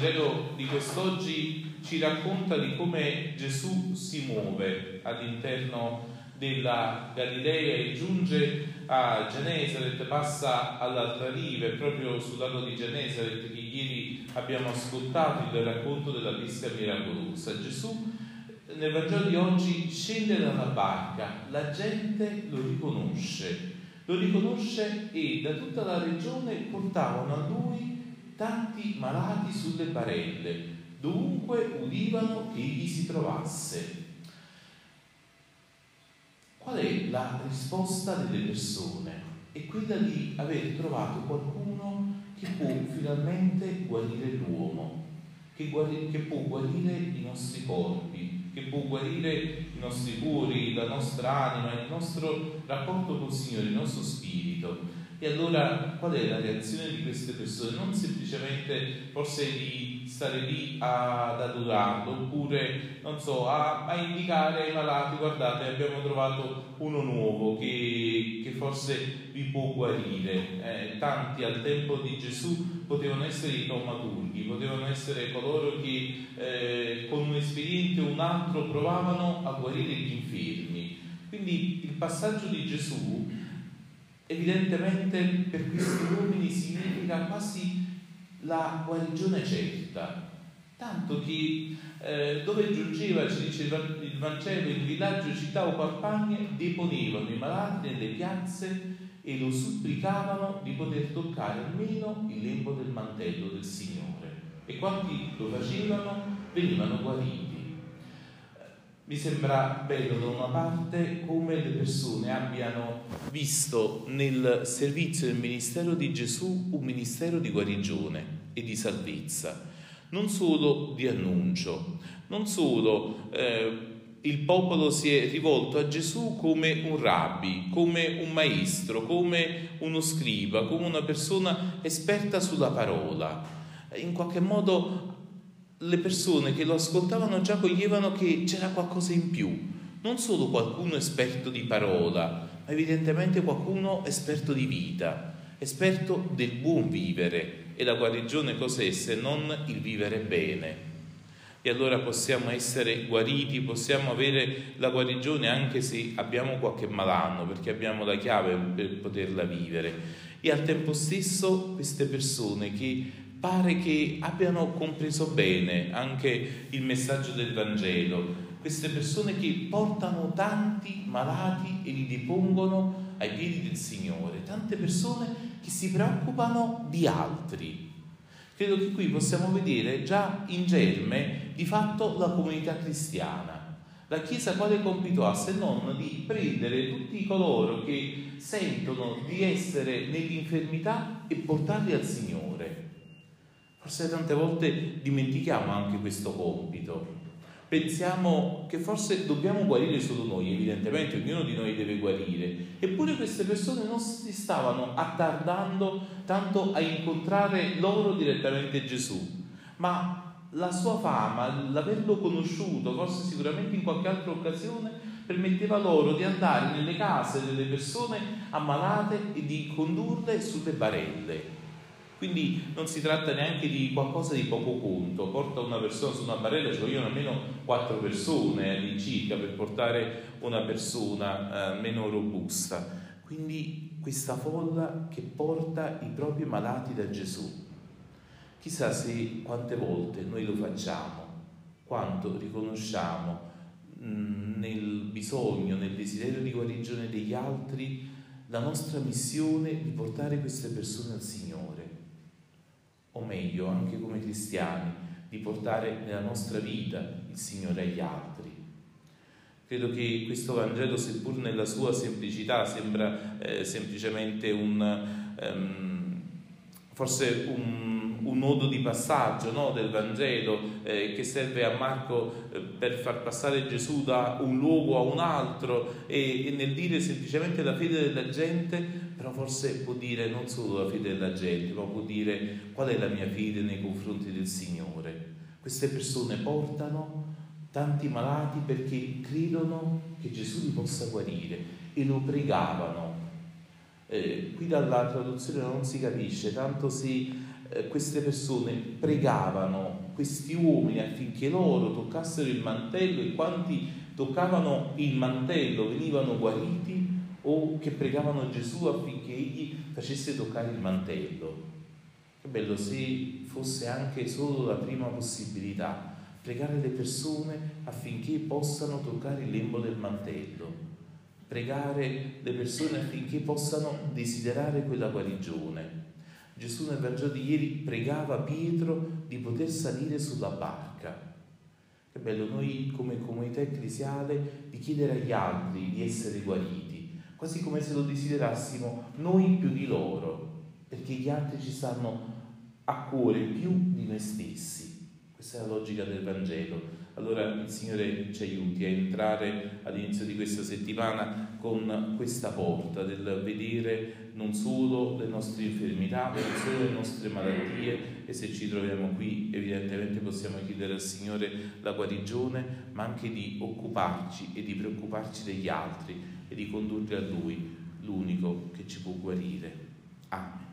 Vangelo di quest'oggi ci racconta di come Gesù si muove all'interno della Galilea e giunge a Genesaret, passa all'altra riva, proprio sul lago di Genesaret che ieri abbiamo ascoltato il racconto della pesca miracolosa. Gesù nel Vangelo di oggi scende dalla barca, la gente lo riconosce e da tutta la regione portavano a lui tanti malati sulle barelle, dovunque udivano che egli si trovasse. Qual è la risposta delle persone? È quella di aver trovato qualcuno che può finalmente guarire l'uomo, che può guarire i nostri corpi, che può guarire i nostri cuori, la nostra anima, il nostro rapporto col Signore, il nostro spirito. E allora qual è la reazione di queste persone? Non semplicemente forse di stare lì ad adorarlo, oppure non so, a indicare ai malati: guardate, abbiamo trovato uno nuovo che forse vi può guarire. Tanti al tempo di Gesù potevano essere i taumaturghi, potevano essere coloro che con un espediente o un altro provavano a guarire gli infermi. Quindi il passaggio di Gesù evidentemente per questi uomini significa quasi la guarigione certa, tanto che dove giungeva, ci dice il Vangelo, in villaggio, città o campagne, deponevano i malati nelle piazze e lo supplicavano di poter toccare almeno il lembo del mantello del Signore, e quanti lo facevano venivano guariti. Mi sembra bello da una parte come le persone abbiano visto nel servizio del ministero di Gesù un ministero di guarigione e di salvezza, non solo di annuncio, non solo il popolo si è rivolto a Gesù come un rabbi, come un maestro, come uno scriba, come una persona esperta sulla parola. In qualche modo le persone che lo ascoltavano già coglievano che c'era qualcosa in più, non solo qualcuno esperto di parola, ma evidentemente qualcuno esperto di vita, esperto del buon vivere. E la guarigione cos'è se non il vivere bene? E allora possiamo essere guariti, possiamo avere la guarigione anche se abbiamo qualche malanno, perché abbiamo la chiave per poterla vivere. E al tempo stesso queste persone che pare che abbiano compreso bene anche il messaggio del Vangelo, queste persone che portano tanti malati e li depongono ai piedi del Signore, tante persone che si preoccupano di altri. Credo che qui possiamo vedere già in germe di fatto la comunità cristiana. La Chiesa quale compito ha se non di prendere tutti coloro che sentono di essere nell'infermità e portarli al Signore? Forse tante volte dimentichiamo anche questo compito. Pensiamo che forse dobbiamo guarire solo noi, evidentemente ognuno di noi deve guarire. Eppure queste persone non si stavano attardando tanto a incontrare loro direttamente Gesù, ma la sua fama, l'averlo conosciuto, forse sicuramente in qualche altra occasione, permetteva loro di andare nelle case delle persone ammalate e di condurle sulle barelle. Quindi non si tratta neanche di qualcosa di poco conto. Porta una persona su una barella, ci vogliono almeno 4 persone all'incirca per portare una persona meno robusta. Quindi questa folla che porta i propri malati da Gesù. Chissà se quante volte noi lo facciamo, quanto riconosciamo nel bisogno, nel desiderio di guarigione degli altri, la nostra missione di portare queste persone al Signore. O meglio, anche come cristiani, di portare nella nostra vita il Signore agli altri. Credo che questo Vangelo, seppur nella sua semplicità, sembra semplicemente forse un nodo di passaggio, no, del Vangelo che serve a Marco per far passare Gesù da un luogo a un altro e nel dire semplicemente la fede della gente, però forse può dire non solo la fede della gente, ma può dire qual è la mia fede nei confronti del Signore. Queste persone portano tanti malati perché credono che Gesù li possa guarire e lo pregavano. Qui dalla traduzione non si capisce tanto se queste persone pregavano questi uomini affinché loro toccassero il mantello, e quanti toccavano il mantello venivano guariti, o che pregavano Gesù affinché egli facesse toccare il mantello. Che bello se fosse anche solo la prima possibilità, pregare le persone affinché possano toccare il lembo del mantello, pregare le persone affinché possano desiderare quella guarigione. Gesù nel Vangelo di ieri pregava Pietro di poter salire sulla barca. Che bello noi come comunità ecclesiale di chiedere agli altri di essere guariti, quasi come se lo desiderassimo noi più di loro, perché gli altri ci stanno a cuore più di noi stessi. Questa è la logica del Vangelo. Allora il Signore ci aiuti a entrare all'inizio di questa settimana con questa porta del vedere non solo le nostre infermità, non solo le nostre malattie, e se ci troviamo qui evidentemente possiamo chiedere al Signore la guarigione, ma anche di occuparci e di preoccuparci degli altri e di condurli a Lui, l'unico che ci può guarire. Amen.